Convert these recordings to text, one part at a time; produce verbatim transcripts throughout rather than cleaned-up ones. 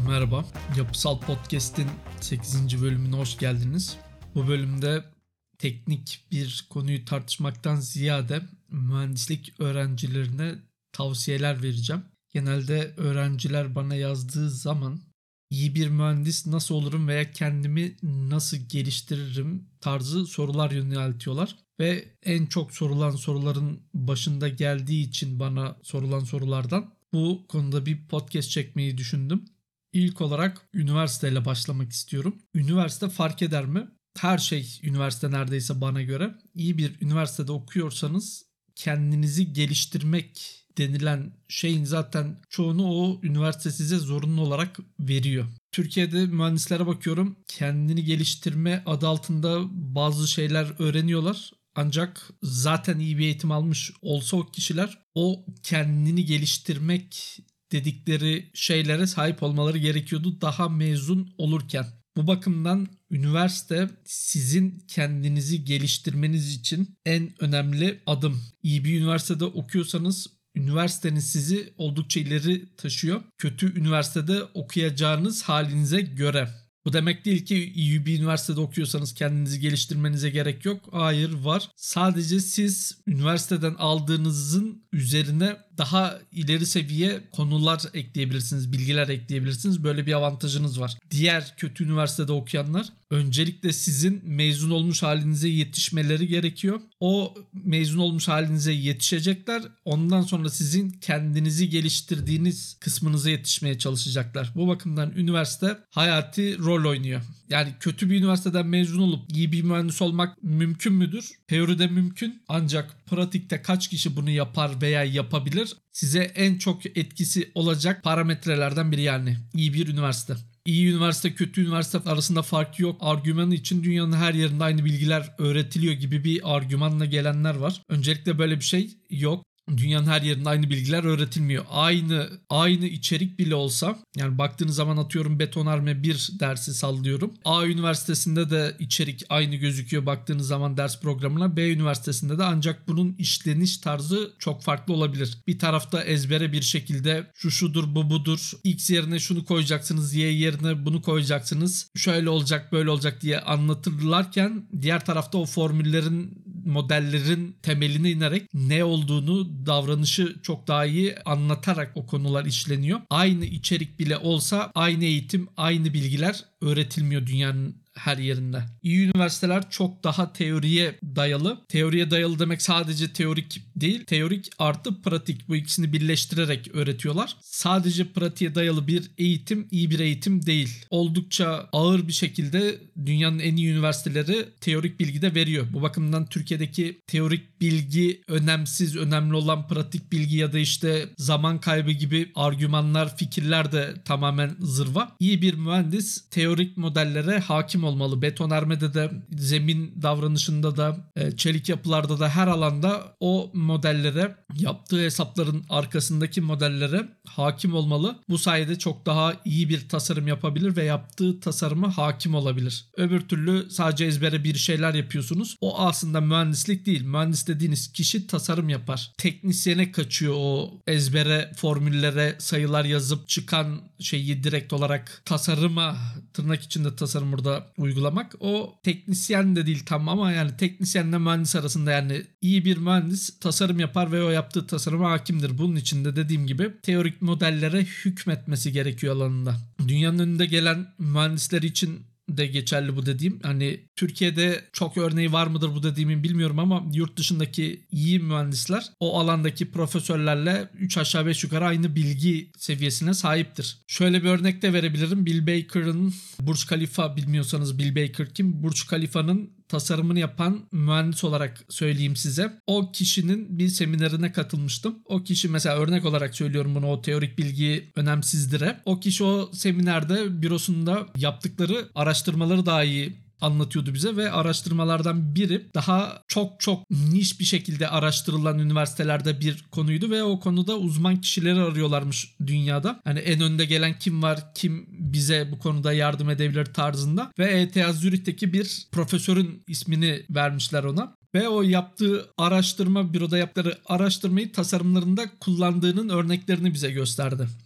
Merhaba, Yapısal Podcast'in sekizinci bölümüne hoş geldiniz. Bu bölümde teknik bir konuyu tartışmaktan ziyade mühendislik öğrencilerine tavsiyeler vereceğim. Genelde öğrenciler bana yazdığı zaman iyi bir mühendis nasıl olurum veya kendimi nasıl geliştiririm tarzı sorular yöneltiyorlar. Ve en çok sorulan soruların başında geldiği için bana sorulan sorulardan bu konuda bir podcast çekmeyi düşündüm. İlk olarak üniversiteyle başlamak istiyorum. Üniversite fark eder mi? Her şey üniversite neredeyse bana göre. İyi bir üniversitede okuyorsanız kendinizi geliştirmek denilen şeyin zaten çoğunu o üniversite size zorunlu olarak veriyor. Türkiye'de mühendislere bakıyorum. Kendini geliştirme adı altında bazı şeyler öğreniyorlar. Ancak zaten iyi bir eğitim almış olsa o kişiler o kendini geliştirmek dedikleri şeylere sahip olmaları gerekiyordu daha mezun olurken. Bu bakımdan üniversite sizin kendinizi geliştirmeniz için en önemli adım. İyi bir üniversitede okuyorsanız üniversiteniz sizi oldukça ileri taşıyor. Kötü üniversitede okuyacağınız halinize göre. Bu demek değil ki iyi bir üniversitede okuyorsanız kendinizi geliştirmenize gerek yok. Hayır, var. Sadece siz üniversiteden aldığınızın üzerine daha ileri seviye konular ekleyebilirsiniz, bilgiler ekleyebilirsiniz. Böyle bir avantajınız var. Diğer kötü üniversitede okuyanlar öncelikle sizin mezun olmuş halinize yetişmeleri gerekiyor. O mezun olmuş halinize yetişecekler. Ondan sonra sizin kendinizi geliştirdiğiniz kısmınıza yetişmeye çalışacaklar. Bu bakımdan üniversite hayati rol oynuyor. Yani kötü bir üniversiteden mezun olup iyi bir mühendis olmak mümkün müdür? Teoride mümkün. Ancak pratikte kaç kişi bunu yapar veya yapabilir? Size en çok etkisi olacak parametrelerden biri yani. İyi bir üniversite. İyi üniversite, kötü üniversite arasında fark yok. Argümanı için dünyanın her yerinde aynı bilgiler öğretiliyor gibi bir argümanla gelenler var. Öncelikle böyle bir şey yok. Dünyanın her yerinde aynı bilgiler öğretilmiyor. Aynı aynı içerik bile olsa, yani baktığınız zaman atıyorum betonarme bir dersi sallıyorum. A üniversitesinde de içerik aynı gözüküyor baktığınız zaman ders programına. B üniversitesinde de, ancak bunun işleniş tarzı çok farklı olabilir. Bir tarafta ezbere bir şekilde şu şudur bu budur. X yerine şunu koyacaksınız, Y yerine bunu koyacaksınız. Şöyle olacak böyle olacak diye anlatırlarken diğer tarafta o formüllerin, modellerin temeline inerek ne olduğunu, davranışı çok daha iyi anlatarak o konular işleniyor. Aynı içerik bile olsa aynı eğitim, aynı bilgiler öğretilmiyor dünyanın her yerinde. İyi üniversiteler çok daha teoriye dayalı. Teoriye dayalı demek sadece teorik değil. Teorik artı pratik, bu ikisini birleştirerek öğretiyorlar. Sadece pratiğe dayalı bir eğitim iyi bir eğitim değil. Oldukça ağır bir şekilde dünyanın en iyi üniversiteleri teorik bilgi de veriyor. Bu bakımdan Türkiye'deki teorik bilgi önemsiz, önemli olan pratik bilgi ya da işte zaman kaybı gibi argümanlar, fikirler de tamamen zırva. İyi bir mühendis teorik modellere hakim olmalı. Betonarmede de, zemin davranışında da, çelik yapılarda da, her alanda o modellere, yaptığı hesapların arkasındaki modellere hakim olmalı. Bu sayede çok daha iyi bir tasarım yapabilir ve yaptığı tasarıma hakim olabilir. Öbür türlü sadece ezbere bir şeyler yapıyorsunuz. O aslında mühendislik değil. Mühendis dediğiniz kişi tasarım yapar. Teknisyene kaçıyor o ezbere formüllere sayılar yazıp çıkan şeyi direkt olarak tasarıma, tırnak içinde tasarım burada uygulamak. O teknisyen de değil tam, ama yani teknisyenle mühendis arasında, yani iyi bir mühendis tasarım yapar ve o yaptığı tasarıma hakimdir. Bunun için de dediğim gibi teorik modellere hükmetmesi gerekiyor alanında. Dünyanın önünde gelen mühendisler için de geçerli bu dediğim. Hani Türkiye'de çok örneği var mıdır bu dediğimin bilmiyorum, ama yurt dışındaki iyi mühendisler o alandaki profesörlerle üç aşağı beş yukarı aynı bilgi seviyesine sahiptir. Şöyle bir örnek de verebilirim. Bill Baker'ın Burj Khalifa, bilmiyorsanız Bill Baker kim? Burj Khalifa'nın tasarımını yapan mühendis olarak söyleyeyim size. O kişinin bir seminerine katılmıştım. O kişi, mesela örnek olarak söylüyorum bunu, o teorik bilgi önemsizdire. O kişi o seminerde bürosunda yaptıkları araştırmaları daha iyi anlatıyordu bize ve araştırmalardan biri daha çok çok niş bir şekilde araştırılan üniversitelerde bir konuydu ve o konuda uzman kişileri arıyorlarmış dünyada. Hani en önde gelen kim var, kim bize bu konuda yardım edebilir tarzında ve E T H Zürih'teki bir profesörün ismini vermişler ona. Ve o yaptığı araştırma, büroda yaptığı araştırmayı tasarımlarında kullandığının örneklerini bize gösterdi.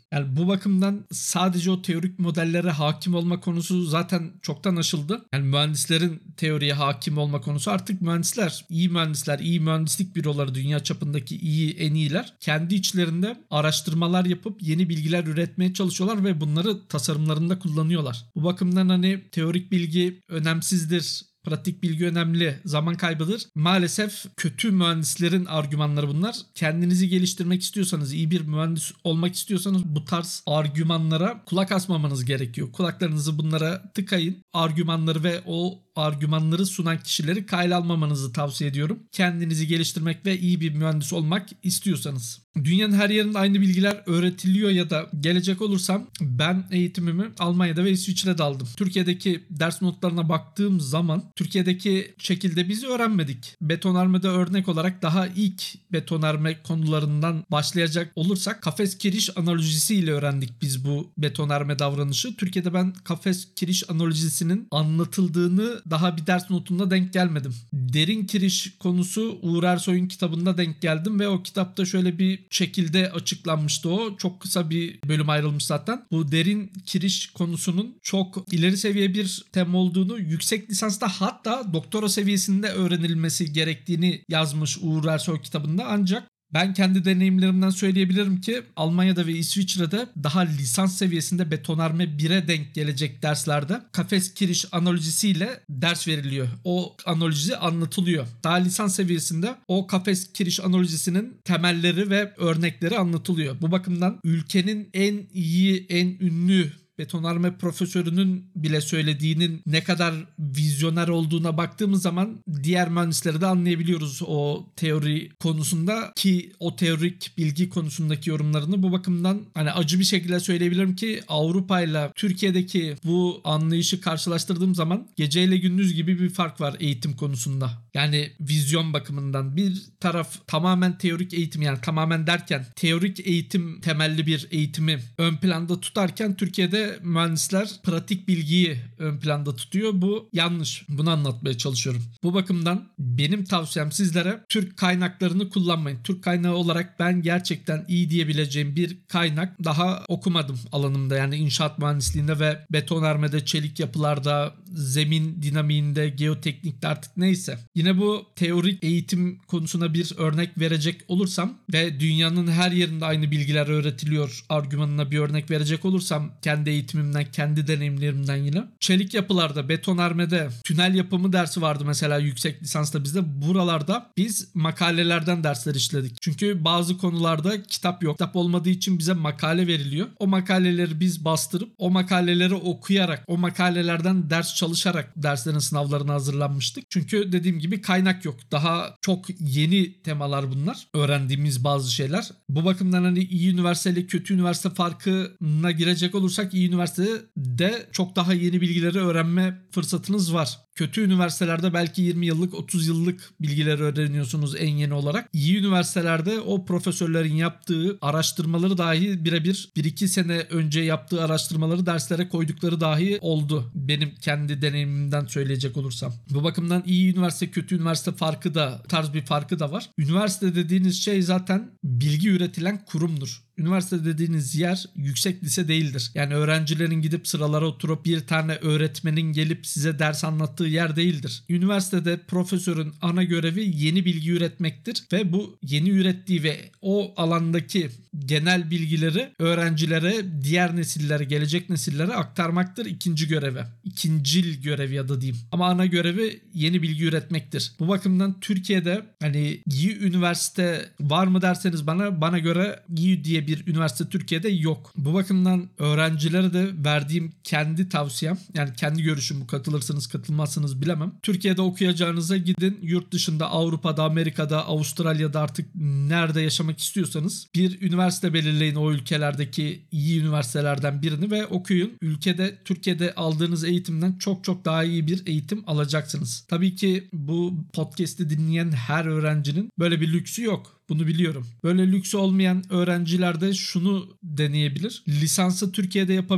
Yani bu bakımdan sadece o teorik modellere hakim olma konusu zaten çoktan aşıldı. Yani mühendislerin teoriye hakim olma konusu, artık mühendisler, iyi mühendisler, iyi mühendislik büroları, dünya çapındaki iyi, en iyiler kendi içlerinde araştırmalar yapıp yeni bilgiler üretmeye çalışıyorlar ve bunları tasarımlarında kullanıyorlar. Bu bakımdan hani teorik bilgi önemsizdir, pratik bilgi önemli, zaman kaybıdır. Maalesef kötü mühendislerin argümanları bunlar. Kendinizi geliştirmek istiyorsanız, iyi bir mühendis olmak istiyorsanız bu tarz argümanlara kulak asmamanız gerekiyor. Kulaklarınızı bunlara tıkayın. Argümanları ve o argümanları sunan kişileri kayla almamanızı tavsiye ediyorum. Kendinizi geliştirmek ve iyi bir mühendis olmak istiyorsanız. Dünyanın her yerinde aynı bilgiler öğretiliyor ya da gelecek olursam ben eğitimimi Almanya'da ve İsviçre'de aldım. Türkiye'deki ders notlarına baktığım zaman Türkiye'deki şekilde biz öğrenmedik. Betonarmede örnek olarak daha ilk betonarme konularından başlayacak olursak kafes kiriş analojisiyle öğrendik biz bu betonarme davranışı. Türkiye'de ben kafes kiriş analojisinin anlatıldığını daha bir ders notunda denk gelmedim. Derin kiriş konusu Uğur Ersoy'un kitabında denk geldim ve o kitapta şöyle bir şekilde açıklanmıştı o. Çok kısa bir bölüm ayrılmış zaten. Bu derin kiriş konusunun çok ileri seviye bir tema olduğunu, yüksek lisansta hatta doktora seviyesinde öğrenilmesi gerektiğini yazmış Uğur Ersoy kitabında. Ancak ben kendi deneyimlerimden söyleyebilirim ki Almanya'da ve İsviçre'de daha lisans seviyesinde betonarme bire denk gelecek derslerde kafes kiriş analojisiyle ders veriliyor. O analoji anlatılıyor. Daha lisans seviyesinde o kafes kiriş analojisinin temelleri ve örnekleri anlatılıyor. Bu bakımdan ülkenin en iyi, en ünlü betonarme profesörünün bile söylediğinin ne kadar vizyoner olduğuna baktığımız zaman diğer mühendisleri de anlayabiliyoruz o teori konusunda, ki o teorik bilgi konusundaki yorumlarını. Bu bakımdan hani acı bir şekilde söyleyebilirim ki Avrupa ile Türkiye'deki bu anlayışı karşılaştırdığım zaman geceyle gündüz gibi bir fark var eğitim konusunda. Yani vizyon bakımından bir taraf tamamen teorik eğitim, yani tamamen derken teorik eğitim temelli bir eğitimi ön planda tutarken Türkiye'de mühendisler pratik bilgiyi ön planda tutuyor. Bu yanlış. Bunu anlatmaya çalışıyorum. Bu bakımdan benim tavsiyem sizlere Türk kaynaklarını kullanmayın. Türk kaynağı olarak ben gerçekten iyi diyebileceğim bir kaynak daha okumadım alanımda. Yani inşaat mühendisliğinde ve betonarmede, çelik yapılarda, zemin dinamiğinde, geoteknikte, artık neyse. Yine bu teorik eğitim konusuna bir örnek verecek olursam ve dünyanın her yerinde aynı bilgiler öğretiliyor argümanına bir örnek verecek olursam kendi eğitimimden, kendi deneyimlerimden yine. Çelik yapılarda, betonarmede tünel yapımı dersi vardı mesela yüksek lisansta bizde. Buralarda biz makalelerden dersler işledik. Çünkü bazı konularda kitap yok. Kitap olmadığı için bize makale veriliyor. O makaleleri biz bastırıp o makaleleri okuyarak, o makalelerden ders çalışarak derslerin sınavlarına hazırlanmıştık. Çünkü dediğim gibi kaynak yok. Daha çok yeni temalar bunlar. Öğrendiğimiz bazı şeyler. Bu bakımdan hani iyi üniversite ile kötü üniversite farkına girecek olursak iyi üniversitede çok daha yeni bilgileri öğrenme fırsatınız var. Kötü üniversitelerde belki yirmi yıllık, otuz yıllık bilgileri öğreniyorsunuz en yeni olarak. İyi üniversitelerde o profesörlerin yaptığı araştırmaları dahi birebir bir iki sene önce yaptığı araştırmaları derslere koydukları dahi oldu. Benim kendi deneyimimden söyleyecek olursam. Bu bakımdan iyi üniversite, kötü üniversite farkı da, tarz bir farkı da var. Üniversite dediğiniz şey zaten bilgi üretilen kurumdur. Üniversite dediğiniz yer yüksek lise değildir. Yani öğrencilerin gidip sıralara oturup bir tane öğretmenin gelip size ders anlattığı yer değildir. Üniversitede profesörün ana görevi yeni bilgi üretmektir ve bu yeni ürettiği ve o alandaki genel bilgileri öğrencilere, diğer nesillere, gelecek nesillere aktarmaktır ikinci görevi. İkincil görevi ya da diyeyim. Ama ana görevi yeni bilgi üretmektir. Bu bakımdan Türkiye'de hani iyi üniversite var mı derseniz bana, bana göre iyi diye bir üniversite Türkiye'de yok. Bu bakımdan öğrencilere de verdiğim kendi tavsiyem, yani kendi görüşüm, bu katılırsınız katılmazsınız bilemem. Türkiye'de okuyacağınıza gidin yurt dışında, Avrupa'da, Amerika'da, Avustralya'da, artık nerede yaşamak istiyorsanız bir üniversite belirleyin, o ülkelerdeki iyi üniversitelerden birini ve okuyun. Ülkede, Türkiye'de aldığınız eğitimden çok çok daha iyi bir eğitim alacaksınız. Tabii ki bu podcast'i dinleyen her öğrencinin böyle bir lüksü yok. Bunu biliyorum. Böyle lüksü olmayan öğrenciler de şunu deneyebilir. Lisansı Türkiye'de yapabilir.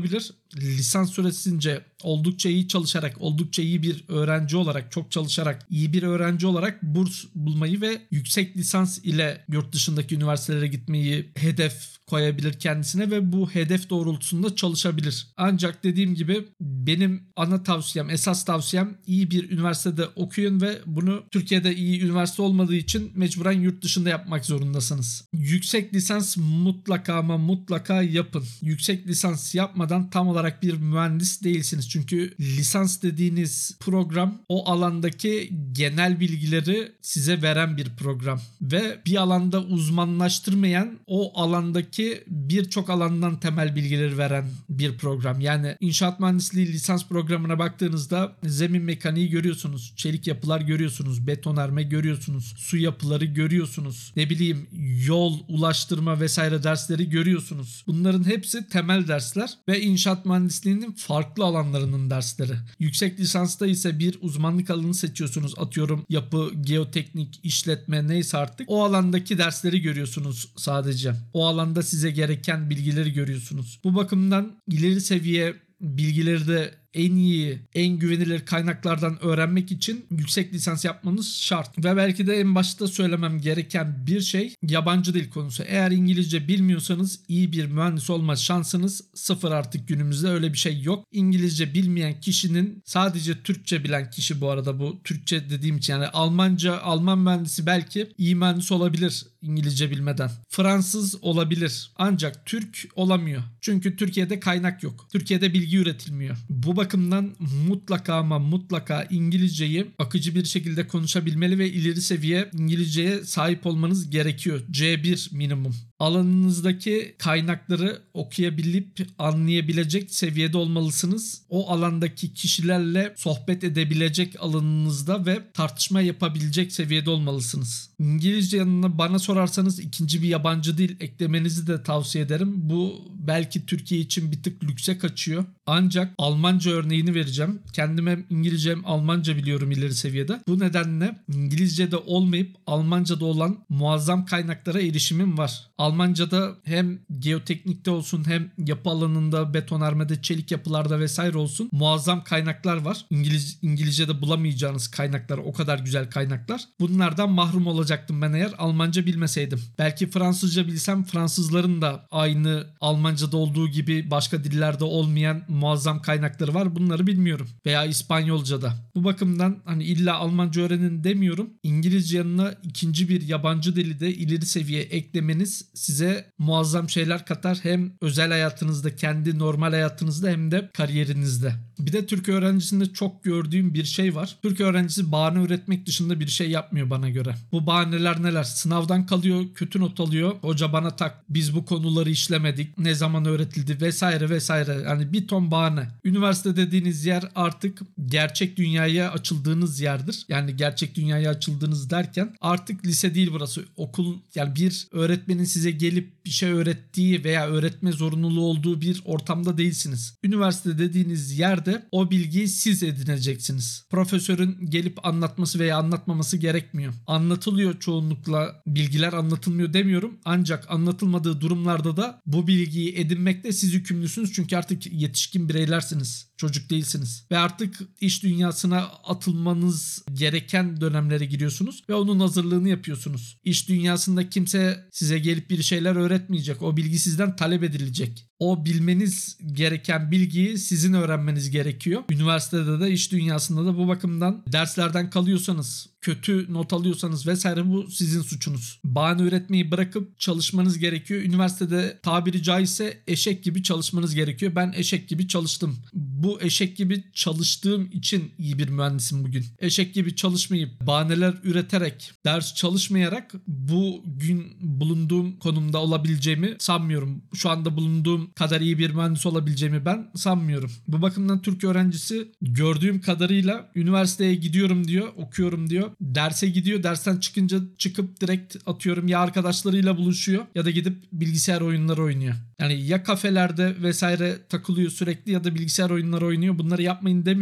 lisans süresince oldukça iyi çalışarak, oldukça iyi bir öğrenci olarak, çok çalışarak, iyi bir öğrenci olarak burs bulmayı ve yüksek lisans ile yurt dışındaki üniversitelere gitmeyi hedef koyabilir kendisine ve bu hedef doğrultusunda çalışabilir. Ancak dediğim gibi benim ana tavsiyem, esas tavsiyem iyi bir üniversitede okuyun ve bunu Türkiye'de iyi üniversite olmadığı için mecburen yurt dışında yapmak zorundasınız. Yüksek lisans mutlaka ama mutlaka yapın. Yüksek lisans yapmadan tam olarak bir mühendis değilsiniz. Çünkü lisans dediğiniz program o alandaki genel bilgileri size veren bir program ve bir alanda uzmanlaştırmayan, o alandaki birçok alandan temel bilgileri veren bir program. Yani inşaat mühendisliği lisans programına baktığınızda zemin mekaniği görüyorsunuz, çelik yapılar görüyorsunuz, betonarme görüyorsunuz, su yapıları görüyorsunuz, ne bileyim yol, ulaştırma vesaire dersleri görüyorsunuz. Bunların hepsi temel dersler ve inşaat mühendisliğinin farklı alanlarının dersleri. Yüksek lisansta ise bir uzmanlık alanı seçiyorsunuz. Atıyorum yapı, geoteknik, işletme neyse artık. O alandaki dersleri görüyorsunuz sadece. O alanda size gereken bilgileri görüyorsunuz. Bu bakımdan ileri seviye bilgileri de en iyi, en güvenilir kaynaklardan öğrenmek için yüksek lisans yapmanız şart. Ve belki de en başta söylemem gereken bir şey yabancı dil konusu. Eğer İngilizce bilmiyorsanız iyi bir mühendis olma şansınız sıfır artık günümüzde, öyle bir şey yok. İngilizce bilmeyen kişinin, sadece Türkçe bilen kişi, bu arada bu Türkçe dediğim için yani Almanca, Alman mühendisi belki iyi mühendis olabilir İngilizce bilmeden. Fransız olabilir ancak Türk olamıyor. Çünkü Türkiye'de kaynak yok. Türkiye'de bilgi üretilmiyor. Bu bakımdan mutlaka ama mutlaka İngilizceyi akıcı bir şekilde konuşabilmeli ve ileri seviye İngilizceye sahip olmanız gerekiyor. C bir minimum. Alanınızdaki kaynakları okuyabilip anlayabilecek seviyede olmalısınız. O alandaki kişilerle sohbet edebilecek alanınızda ve tartışma yapabilecek seviyede olmalısınız. İngilizce yanına bana sorarsanız ikinci bir yabancı dil eklemenizi de tavsiye ederim. Bu belki Türkiye için bir tık lükse kaçıyor. Ancak Almanca örneğini vereceğim. Kendim hem İngilizce hem Almanca biliyorum ileri seviyede. Bu nedenle İngilizce'de olmayıp Almanca'da olan muazzam kaynaklara erişimim var. Almanca'da hem geoteknikte olsun hem yapı alanında, betonarmede, çelik yapılarda vesaire olsun muazzam kaynaklar var. İngiliz, İngilizce'de bulamayacağınız kaynaklar, o kadar güzel kaynaklar. Bunlardan mahrum olacaktım ben eğer Almanca bilmeseydim. Belki Fransızca bilsem Fransızların da aynı Almanca'da olduğu gibi başka dillerde olmayan muazzam kaynakları var. Bunları bilmiyorum. Veya İspanyolca'da. Bu bakımdan hani illa Almanca öğrenin demiyorum. İngilizce yanına ikinci bir yabancı dili de ileri seviye eklemeniz size muazzam şeyler katar. Hem özel hayatınızda, kendi normal hayatınızda hem de kariyerinizde. Bir de Türk öğrencisinde çok gördüğüm bir şey var. Türk öğrencisi bahane üretmek dışında bir şey yapmıyor bana göre. Bu bahaneler neler? Sınavdan kalıyor, kötü not alıyor. Hoca bana tak, biz bu konuları işlemedik, ne zaman öğretildi vesaire vesaire. Yani bir ton bahane. Üniversite dediğiniz yer artık gerçek dünyaya açıldığınız yerdir. Yani gerçek dünyaya açıldığınız derken artık lise değil burası. Okul, yani bir öğretmenin size gelip bir şey öğrettiği veya öğretme zorunluluğu olduğu bir ortamda değilsiniz. Üniversite dediğiniz yerde o bilgiyi siz edineceksiniz. Profesörün gelip anlatması veya anlatmaması gerekmiyor. Anlatılıyor çoğunlukla, bilgiler anlatılmıyor demiyorum. Ancak anlatılmadığı durumlarda da bu bilgiyi edinmekte siz yükümlüsünüz. Çünkü artık yetişkin bireylersiniz. Çocuk değilsiniz. Ve artık iş dünyasına atılmanız gereken dönemlere giriyorsunuz ve onun hazırlığını yapıyorsunuz. İş dünyasında kimse size gelip bir şeyler öğretmeyecek. O bilgi sizden talep edilecek. O bilmeniz gereken bilgiyi sizin öğrenmeniz gerekiyor. Üniversitede de, iş dünyasında da bu bakımdan derslerden kalıyorsanız, kötü not alıyorsanız vesaire bu sizin suçunuz. Bahane üretmeyi bırakıp çalışmanız gerekiyor. Üniversitede tabiri caizse eşek gibi çalışmanız gerekiyor. Ben eşek gibi çalıştım. Bu eşek gibi çalıştığım için iyi bir mühendisim bugün. Eşek gibi çalışmayıp, bahaneler üreterek, ders çalışmayarak bugün bulunduğum konumda olabileceğimi sanmıyorum. Şu anda bulunduğum kadar iyi bir mühendis olabileceğimi ben sanmıyorum. Bu bakımdan Türk öğrencisi gördüğüm kadarıyla üniversiteye gidiyorum diyor, okuyorum diyor. Derse gidiyor, dersten çıkınca çıkıp direkt atıyorum ya arkadaşlarıyla buluşuyor ya da gidip bilgisayar oyunları oynuyor. Yani ya kafelerde vesaire takılıyor sürekli ya da bilgisayar oyunları oynuyor. Bunları yapmayın demiyorum.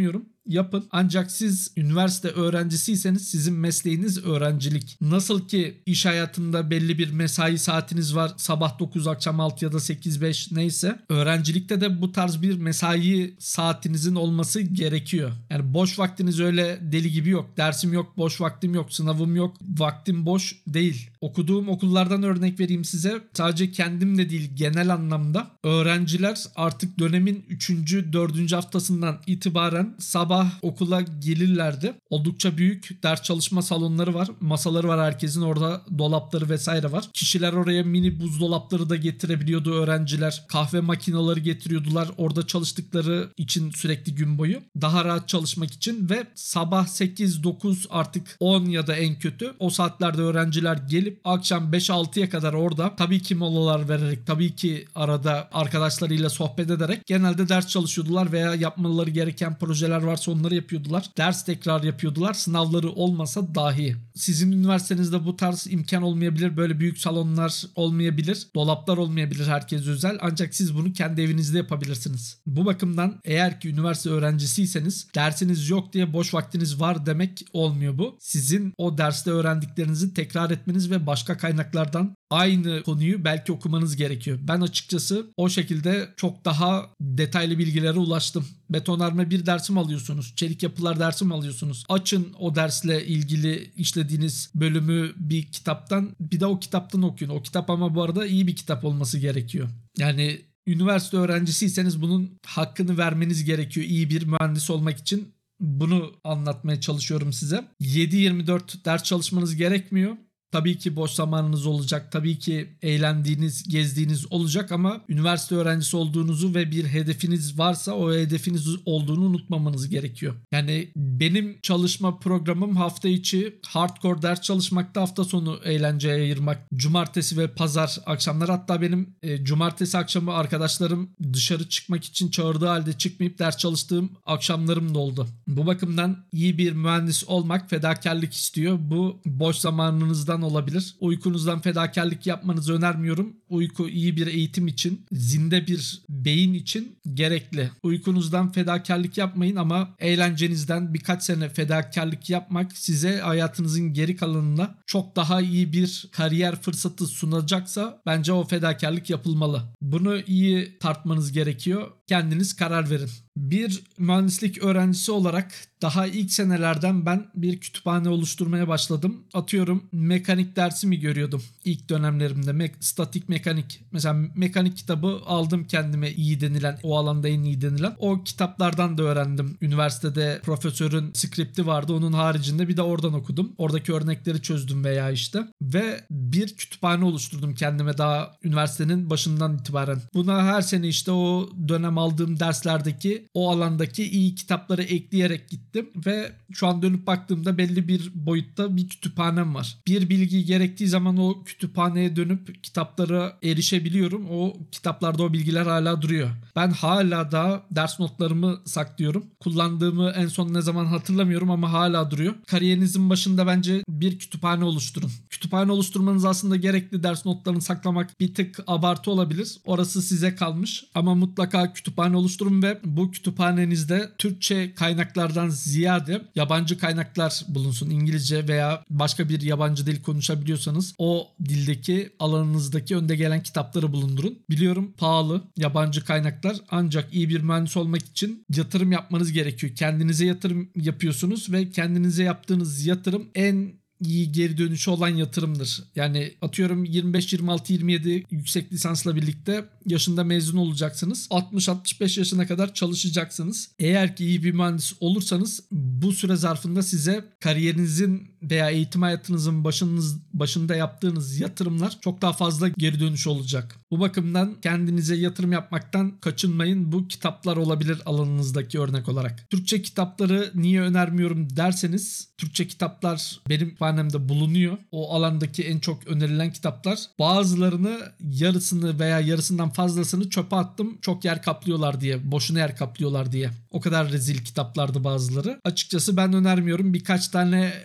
yapın. Ancak siz üniversite öğrencisiyseniz sizin mesleğiniz öğrencilik. Nasıl ki iş hayatında belli bir mesai saatiniz var. Sabah dokuz, akşam altı ya da sekiz beş neyse. Öğrencilikte de bu tarz bir mesai saatinizin olması gerekiyor. Yani boş vaktiniz öyle deli gibi yok. Dersim yok, boş vaktim yok, sınavım yok, vaktim boş değil. Okuduğum okullardan örnek vereyim size. Sadece kendim de değil, genel anlamda öğrenciler artık dönemin üçüncü dördüncü haftasından itibaren sabah okula gelirlerdi. Oldukça büyük ders çalışma salonları var. Masaları var herkesin. Orada dolapları vesaire var. Kişiler oraya mini buzdolapları da getirebiliyordu öğrenciler. Kahve makineleri getiriyordular. Orada çalıştıkları için sürekli gün boyu. Daha rahat çalışmak için ve sabah sekiz dokuz artık on ya da en kötü o saatlerde öğrenciler gelip akşam beş altıya kadar orada tabii ki molalar vererek, tabii ki arada arkadaşlarıyla sohbet ederek genelde ders çalışıyordular veya yapmaları gereken projeler varsa onları yapıyordular. Ders tekrar yapıyordular. Sınavları olmasa dahi. Sizin üniversitenizde bu tarz imkan olmayabilir. Böyle büyük salonlar olmayabilir. Dolaplar olmayabilir herkes özel. Ancak siz bunu kendi evinizde yapabilirsiniz. Bu bakımdan eğer ki üniversite öğrencisiyseniz dersiniz yok diye boş vaktiniz var demek olmuyor bu. Sizin o derste öğrendiklerinizi tekrar etmeniz ve başka kaynaklardan aynı konuyu belki okumanız gerekiyor. Ben açıkçası o şekilde çok daha detaylı bilgilere ulaştım. Betonarme bir dersim alıyorsunuz. Çelik yapılar dersim alıyorsunuz. Açın o dersle ilgili işlediğiniz bölümü bir kitaptan, bir de o kitaptan okuyun. O kitap ama bu arada iyi bir kitap olması gerekiyor. Yani üniversite öğrencisiyseniz bunun hakkını vermeniz gerekiyor iyi bir mühendis olmak için. Bunu anlatmaya çalışıyorum size. yedi yirmi dört ders çalışmanız gerekmiyor. Tabii ki boş zamanınız olacak. Tabii ki eğlendiğiniz, gezdiğiniz olacak ama üniversite öğrencisi olduğunuzu ve bir hedefiniz varsa o hedefiniz olduğunu unutmamanız gerekiyor. Yani benim çalışma programım hafta içi hardcore ders çalışmakta, hafta sonu eğlenceye ayırmak. Cumartesi ve pazar akşamları, hatta benim e, cumartesi akşamı arkadaşlarım dışarı çıkmak için çağırdığı halde çıkmayıp ders çalıştığım akşamlarım da oldu. Bu bakımdan iyi bir mühendis olmak fedakarlık istiyor. Bu boş zamanınızdan olabilir. Uykunuzdan fedakarlık yapmanızı önermiyorum. Uyku iyi bir eğitim için, zinde bir beyin için gerekli. Uykunuzdan fedakarlık yapmayın ama eğlencenizden birkaç sene fedakarlık yapmak size hayatınızın geri kalanında çok daha iyi bir kariyer fırsatı sunacaksa bence o fedakarlık yapılmalı. Bunu iyi tartmanız gerekiyor. Kendiniz karar verin. Bir mühendislik öğrencisi olarak daha ilk senelerden ben bir kütüphane oluşturmaya başladım. Atıyorum mekanik dersi mi görüyordum ilk dönemlerimde. Me- statik mekanik. Mesela mekanik kitabı aldım kendime, iyi denilen, o alanda en iyi denilen. O kitaplardan da öğrendim. Üniversitede profesörün skripti vardı. Onun haricinde bir de oradan okudum. Oradaki örnekleri çözdüm veya işte. Ve bir kütüphane oluşturdum kendime daha üniversitenin başından itibaren. Buna her sene işte o dönem aldığım derslerdeki o alandaki iyi kitapları ekleyerek gittim ve şu an dönüp baktığımda belli bir boyutta bir kütüphanem var. Bir bilgi gerektiği zaman o kütüphaneye dönüp kitaplara erişebiliyorum. O kitaplarda o bilgiler hala duruyor. Ben hala da ders notlarımı saklıyorum. Kullandığımı en son ne zaman hatırlamıyorum ama hala duruyor. Kariyerinizin başında bence bir kütüphane oluşturun. Kütüphane oluşturmanız aslında gerekli, ders notlarını saklamak bir tık abartı olabilir. Orası size kalmış ama mutlaka kütüphane oluşturun ve bu kütüphanenizde Türkçe kaynaklardan ziyade yabancı kaynaklar bulunsun. İngilizce veya başka bir yabancı dil konuşabiliyorsanız o dildeki alanınızdaki önde gelen kitapları bulundurun. Biliyorum pahalı yabancı kaynaklar ancak iyi bir mühendis olmak için yatırım yapmanız gerekiyor. Kendinize yatırım yapıyorsunuz ve kendinize yaptığınız yatırım en iyi geri dönüşü olan yatırımdır. Yani atıyorum yirmi beş yirmi altı yirmi yedi yüksek lisansla birlikte yaşında mezun olacaksınız. altmış altmış beş yaşına kadar çalışacaksınız. Eğer ki iyi bir mühendis olursanız bu süre zarfında size kariyerinizin veya eğitim hayatınızın başınız, başında yaptığınız yatırımlar çok daha fazla geri dönüş olacak. Bu bakımdan kendinize yatırım yapmaktan kaçınmayın. Bu kitaplar olabilir alanınızdaki örnek olarak. Türkçe kitapları niye önermiyorum derseniz, Türkçe kitaplar benim kütüphanemde bulunuyor. O alandaki en çok önerilen kitaplar. Bazılarını, yarısını veya yarısından fazlasını çöpe attım. Çok yer kaplıyorlar diye. Boşuna yer kaplıyorlar diye. O kadar rezil kitaplardı bazıları. Açıkçası ben önermiyorum. Birkaç tane öner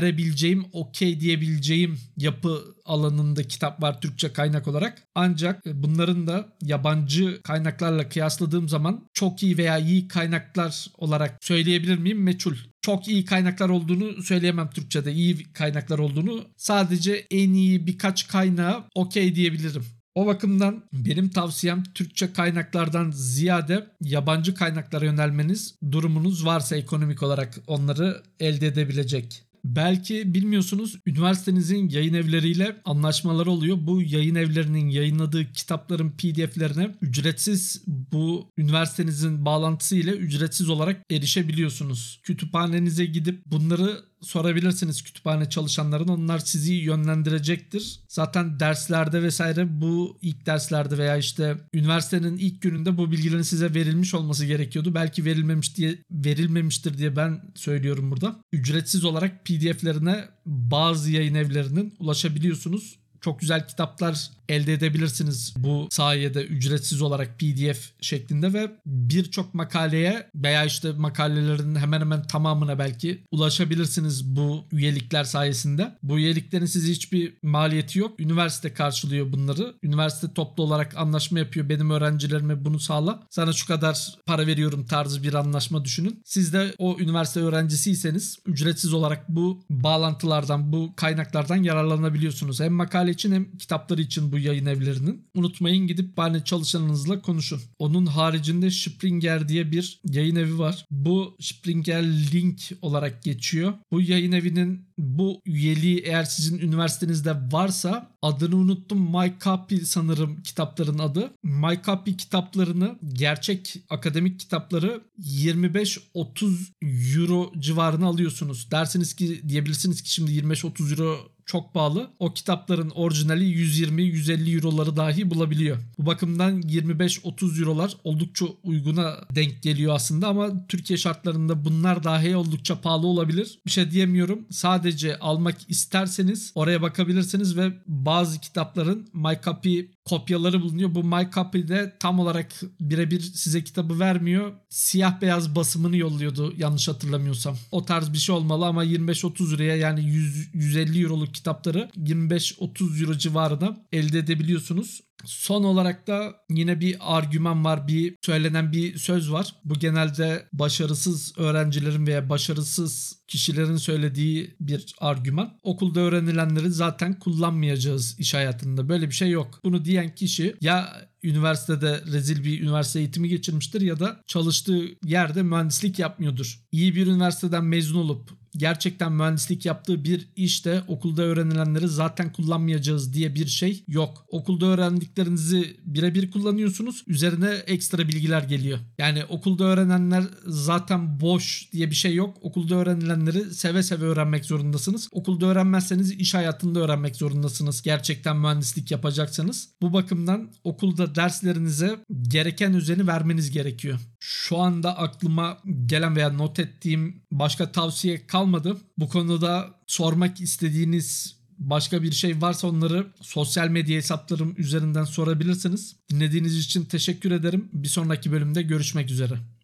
önerebileceğim, okey diyebileceğim yapı alanında kitap var Türkçe kaynak olarak. Ancak bunların da yabancı kaynaklarla kıyasladığım zaman çok iyi veya iyi kaynaklar olarak söyleyebilir miyim? Meçhul. Çok iyi kaynaklar olduğunu söyleyemem Türkçe'de. İyi kaynaklar olduğunu. Sadece en iyi birkaç kaynağa okey diyebilirim. O bakımdan benim tavsiyem Türkçe kaynaklardan ziyade yabancı kaynaklara yönelmeniz, durumunuz varsa ekonomik olarak onları elde edebilecek. Belki bilmiyorsunuz, üniversitenizin yayın evleriyle anlaşmaları oluyor. Bu yayın evlerinin yayınladığı kitapların P D F'lerine ücretsiz, bu üniversitenizin bağlantısı ile ücretsiz olarak erişebiliyorsunuz. Kütüphanenize gidip bunları sorabilirsiniz kütüphane çalışanların. Onlar sizi yönlendirecektir. Zaten derslerde vesaire, bu ilk derslerde veya işte üniversitenin ilk gününde bu bilgilerin size verilmiş olması gerekiyordu. Belki verilmemiş diye verilmemiştir diye ben söylüyorum burada. Ücretsiz olarak P D F'lerine bazı yayın evlerinin ulaşabiliyorsunuz. Çok güzel kitaplar elde edebilirsiniz bu sayede ücretsiz olarak P D F şeklinde ve birçok makaleye veya işte makalelerin hemen hemen tamamına belki ulaşabilirsiniz bu üyelikler sayesinde. Bu üyeliklerin size hiçbir maliyeti yok. Üniversite karşılıyor bunları. Üniversite toplu olarak anlaşma yapıyor. Benim öğrencilerime bunu sağla, sana şu kadar para veriyorum tarzı bir anlaşma düşünün. Siz de o üniversite öğrencisiyseniz ücretsiz olarak bu bağlantılardan, bu kaynaklardan yararlanabiliyorsunuz. Hem makale için hem kitapları için bu yayın evlerinin. Unutmayın, gidip bana çalışanınızla konuşun. Onun haricinde Springer diye bir yayın evi var. Bu Springer Link olarak geçiyor. Bu yayın evinin bu üyeliği eğer sizin üniversitenizde varsa, adını unuttum, MyCopy sanırım kitapların adı. MyCopy kitaplarını, gerçek akademik kitapları yirmi beş otuz euro civarına alıyorsunuz. Dersiniz ki, diyebilirsiniz ki şimdi yirmi beş otuz euro çok pahalı. O kitapların orijinali yüz yirmi yüz elli euroları dahi bulabiliyor. Bu bakımdan yirmi beş otuz eurolar oldukça uyguna denk geliyor aslında, ama Türkiye şartlarında bunlar dahi oldukça pahalı olabilir. Bir şey diyemiyorum. Sadece almak isterseniz oraya bakabilirsiniz ve bazı kitapların MyCopy kopyaları bulunuyor. Bu MyCopy'de tam olarak birebir size kitabı vermiyor. Siyah beyaz basımını yolluyordu yanlış hatırlamıyorsam. O tarz bir şey olmalı ama yirmi beş otuz liraya, yani yüz yüz elli euroluk kitapları yirmi beş otuz euro civarında elde edebiliyorsunuz. Son olarak da yine bir argüman var, bir söylenen bir söz var. Bu genelde başarısız öğrencilerin veya başarısız kişilerin söylediği bir argüman. Okulda öğrenilenleri zaten kullanmayacağız iş hayatında. Böyle bir şey yok. Bunu diyen kişi ya üniversitede rezil bir üniversite eğitimi geçirmiştir ya da çalıştığı yerde mühendislik yapmıyordur. İyi bir üniversiteden mezun olup gerçekten mühendislik yaptığı bir işte okulda öğrenilenleri zaten kullanmayacağız diye bir şey yok. Okulda öğrendiklerinizi birebir kullanıyorsunuz. Üzerine ekstra bilgiler geliyor. Yani okulda öğrenenler zaten boş diye bir şey yok. Okulda öğrenilenleri seve seve öğrenmek zorundasınız. Okulda öğrenmezseniz iş hayatında öğrenmek zorundasınız. Gerçekten mühendislik yapacaksanız. Bu bakımdan okulda derslerinize gereken özeni vermeniz gerekiyor. Şu anda aklıma gelen veya not ettiğim başka tavsiye kalmadı. Bu konuda sormak istediğiniz başka bir şey varsa onları sosyal medya hesaplarım üzerinden sorabilirsiniz. Dinlediğiniz için teşekkür ederim. Bir sonraki bölümde görüşmek üzere.